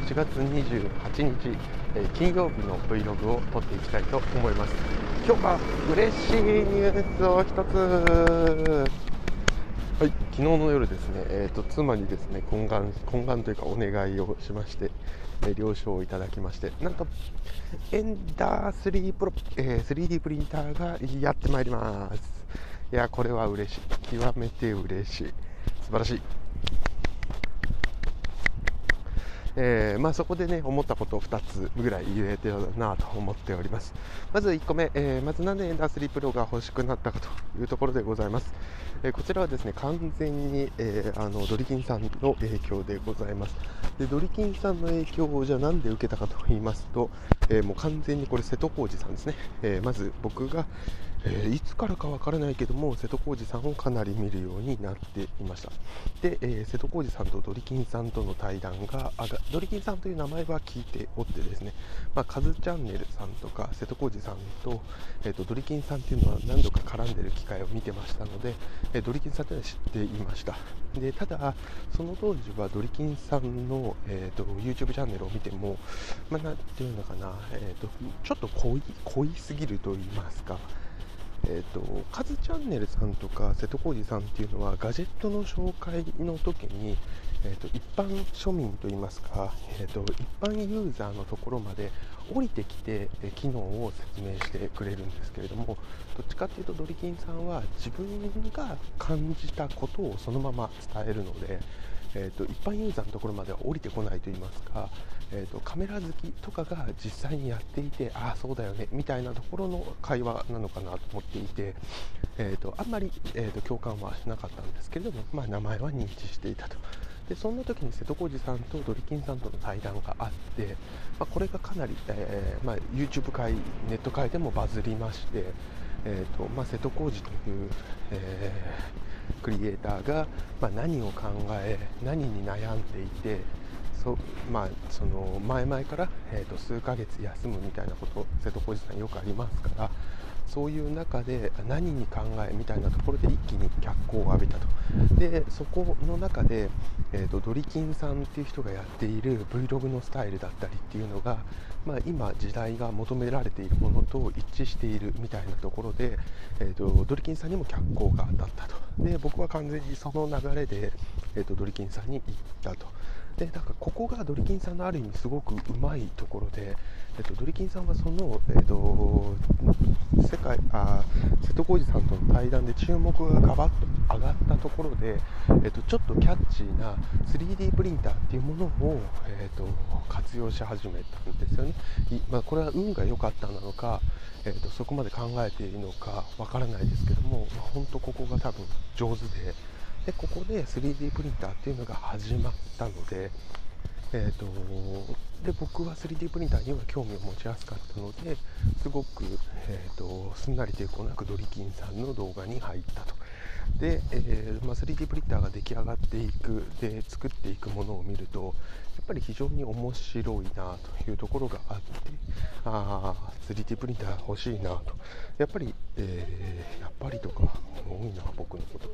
4月28日、金曜日の Vlog を撮っていきたいと思います。今日は嬉しいニュースを一つ。はい、昨日の夜ですね、妻にですね懇願というかお願いをしまして、了承をいただきまして、なんとエンダー3プロ、3D プリンターがやってまいります。いや、これは嬉しい、極めて嬉しい、素晴らしい。そこでね思ったことを2つぐらい言えてるなと思っております。まず1個目、まずなんでエンダー3プロが欲しくなったかというところでございます。こちらはですね完全に、ドリキンさんの影響でございます。でドリキンさんの影響をじゃあなんで受けたかと言いますと、もう完全にこれ瀬戸康史さんですね。まず僕がいつからかわからないけども瀬戸康史さんをかなり見るようになっていました。で、瀬戸康史さんとドリキンさんとの対談がドリキンさんという名前は聞いておってですね、カズチャンネルさんとか瀬戸康史さんと、ドリキンさんというのは何度か絡んでる機会を見てましたので、ドリキンさんというのは知っていました。でただその当時はドリキンさんの、YouTube チャンネルを見ても、なんていうのかな、ちょっと濃いすぎると言いますか、カズチャンネルさんとか瀬戸康史さんっていうのはガジェットの紹介の時に、一般庶民といいますか、一般ユーザーのところまで降りてきて、機能を説明してくれるんですけれども、どっちかっていうとドリキンさんは自分が感じたことをそのまま伝えるので、一般ユーザーのところまでは降りてこないといいますか、カメラ好きとかが実際にやっていて、ああそうだよねみたいなところの会話なのかなと思っていて、あんまり、共感はしなかったんですけれども、名前は認知していたと。でそんな時に瀬戸康史さんとドリキンさんとの対談があって、これがかなり、YouTube 界ネット界でもバズりまして、瀬戸康史という、クリエイターが、何を考え何に悩んでいて、その前々から、数ヶ月休むみたいなこと瀬戸康史さんよくありますから、そういう中で何に考えみたいなところで一気に脚光を浴びたと。でそこの中で、ドリキンさんっていう人がやっている Vlog のスタイルだったりっていうのが、今時代が求められているものと一致しているみたいなところで、ドリキンさんにも脚光が当たったと。で僕は完全にその流れで、ドリキンさんに行ったと。でだからここがドリキンさんのある意味すごくうまいところで、ドリキンさんはその、瀬戸康史さんとの対談で注目がガバッと上がったところで、ちょっとキャッチーな 3D プリンターっていうものを、活用し始めたんですよね。これは運が良かったなのか、そこまで考えているのかわからないですけども、本当ここが多分上手でここで 3D プリンターっていうのが始まったので、で僕は 3D プリンターには興味を持ちやすかったので、すごく、すんなり抵抗なくドリキンさんの動画に入ったと。で、3D プリンターが出来上がっていくで作っていくものを見ると、やっぱり非常に面白いなというところがあって、3D プリンター欲しいなと。やっぱり、やっぱりとか多いな僕のこと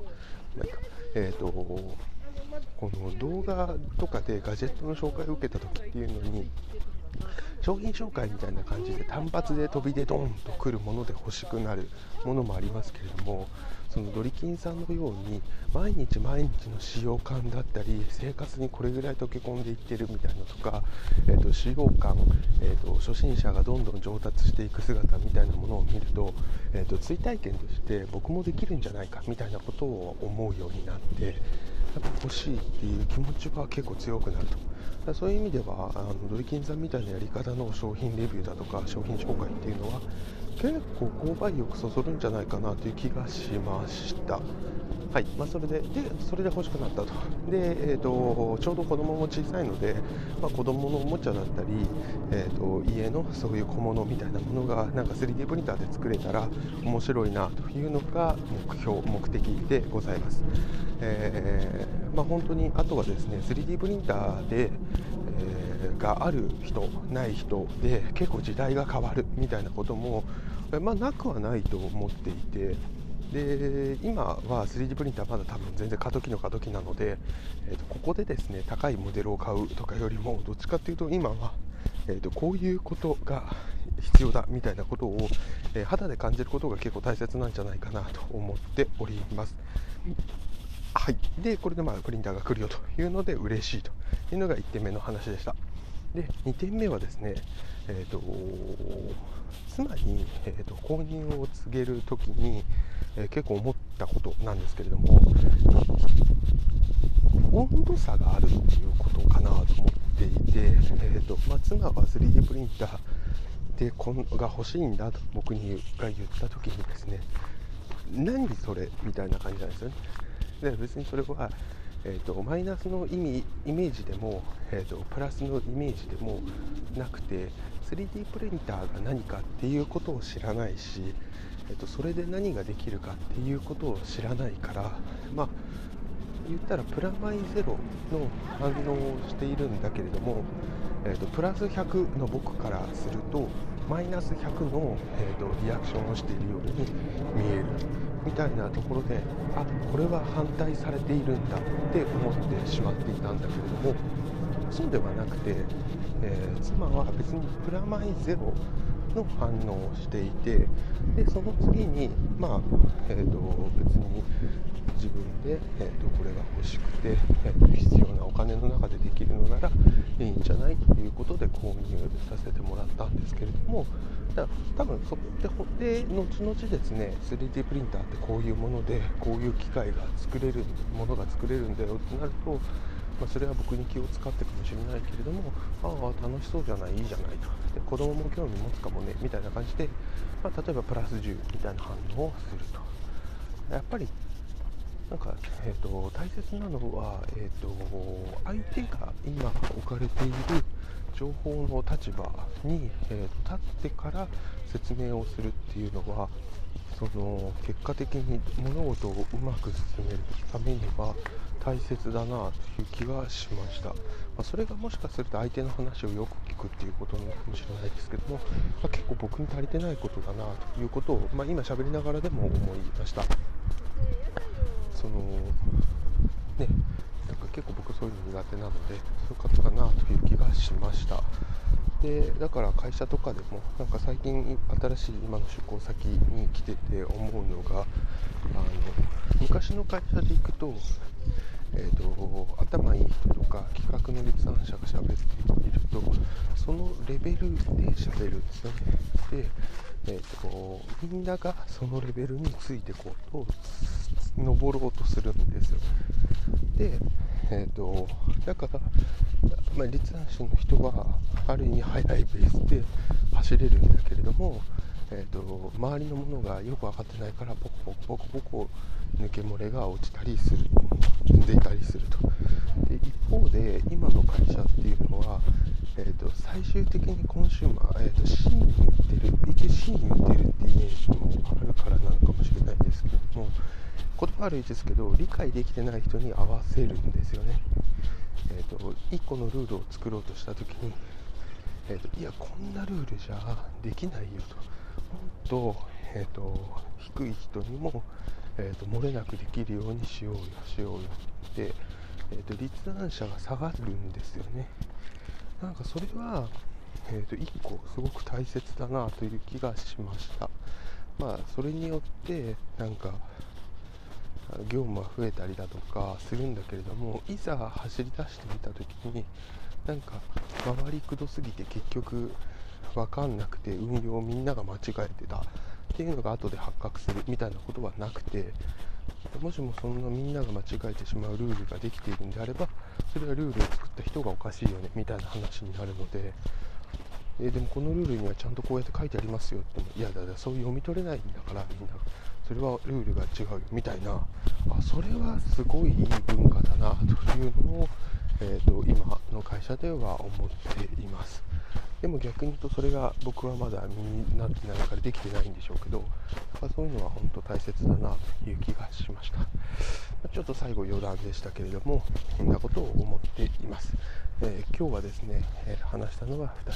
この動画とかでガジェットの紹介を受けた時っていうのに、商品紹介みたいな感じで単発で飛びでドーンと来るもので欲しくなるものもありますけれども、そのドリキンさんのように毎日毎日の使用感だったり生活にこれぐらい溶け込んでいってるみたいなとか、使用感、初心者がどんどん上達していく姿みたいなものを見ると、追体験として僕もできるんじゃないかみたいなことを思うようになって、やっぱ欲しいっていう気持ちが結構強くなると。そういう意味ではドリキンさんみたいなやり方の商品レビューだとか商品紹介っていうのは結構購買意欲そそるんじゃないかなという気がしました。はい、それで欲しくなったと。で、ちょうど子供も小さいので、子供のおもちゃだったり、家のそういう小物みたいなものがなんか 3D プリンターで作れたら面白いなというのが目的でございます。本当にあとはですね 3D プリンターで、がある人ない人で結構時代が変わるみたいなことも、なくはないと思っていて、 で今は 3D プリンターまだ多分全然過渡期の過渡期なので、ここでですね高いモデルを買うとかよりもどっちかっていうと今は、こういうことが必要だみたいなことを、肌で感じることが結構大切なんじゃないかなと思っております。はい、でこれでプリンターが来るよというので嬉しいというのが1点目の話でした。で2点目はですね、妻に、購入を告げるときに、結構思ったことなんですけれども、温度差があるっていうことかなと思っていて、妻は 3D プリンターでが欲しいんだと僕に言ったときにですね、何それみたいな感じなんですよね。で別にそれは、マイナスのイメージでも、プラスのイメージでもなくて 3D プリンターが何かっていうことを知らないし、それで何ができるかっていうことを知らないから、言ったらプラマイゼロの反応をしているんだけれども、プラス100の僕からするとマイナス100の、リアクションをしているように見えるみたいなところで、これは反対されているんだって思ってしまっていたんだけれども、そうではなくて、妻は別にプラマイゼロの反応をしていて、でその次に、別に自分で、これが欲しくて、必要なお金の中でできるのならいいんじゃないということで購入させてもらったんですけれども、多分そこで後々ですね 3D プリンターってこういうものでこういう機械がものが作れるんだよってなると、それは僕に気を使ってかもしれないけれども、楽しそうじゃない、いいじゃないと、で子供も興味持つかもねみたいな感じで、例えばプラス10みたいな反応をすると。やっぱり大切なのは、相手が今置かれている情報の立場に、立ってから説明をするっていうのは、結果的に物事をうまく進めるためには大切だなという気がしました。それがもしかすると相手の話をよく聞くっていうことなのかもしれないですけども、結構僕に足りてないことだなということを、今喋りながらでも思いました。結構僕そういうの苦手なので、そういうことかなという気がしました。でだから会社とかでも最近新しい今の出向先に来てて思うのが、昔の会社で行くと、頭いい人とか企画の立案者が喋っているとそのレベルで喋るんですよね。で、みんながそのレベルについて登ろうとするんですよ。で、だから、立案者の人はある意味速いペースで走れるんだけれども、周りのものがよく分かってないからポコ抜け漏れが落ちたりする、出たりすると。で一方で今の会社っていうのは、最終的にコンシューマー、C に売ってる、一応 C に売ってるっていうイメージもあるからなのかもしれないですけども、言葉悪いですけど理解できてない人に合わせるんですよね。1個のルールを作ろうとした時に、いやこんなルールじゃできないよと、もっと、低い人にも、漏れなくできるようにしようよって、立案者が下がるんですよね。それは、一個すごく大切だなという気がしました。それによって業務は増えたりだとかするんだけれども、いざ走り出してみた時に回りくどすぎて結局分かんなくて運用をみんなが間違えてたっていうのが後で発覚するみたいなことはなくて、もしもそんなみんなが間違えてしまうルールができているんであれば、それはルールを作った人がおかしいよねみたいな話になるので、でもこのルールにはちゃんとこうやって書いてありますよっても、いやだそう読み取れないんだからみんなそれはルールが違うよみたいな、それはすごいいい文化だなというのを、今の会社では思っています。でも逆に言うとそれが僕はまだ身になってないからできてないんでしょうけど、そういうのは本当大切だなという気がしました。ちょっと最後余談でしたけれども、こんなことを思っています。今日はですね、話したのは2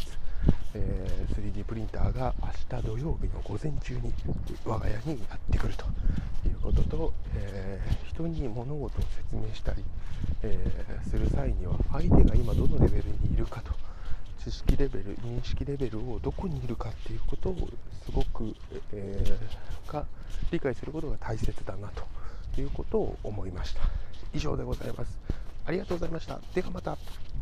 つ、3D プリンターが明日土曜日の午前中に我が家にやってくるということと、人に物事を説明したり、する際には相手が今どのレベルにいるかと、知識レベル、認識レベルをどこにいるかっていうことをすごく、理解することが大切だなということを思いました。以上でございます。ありがとうございました。ではまた。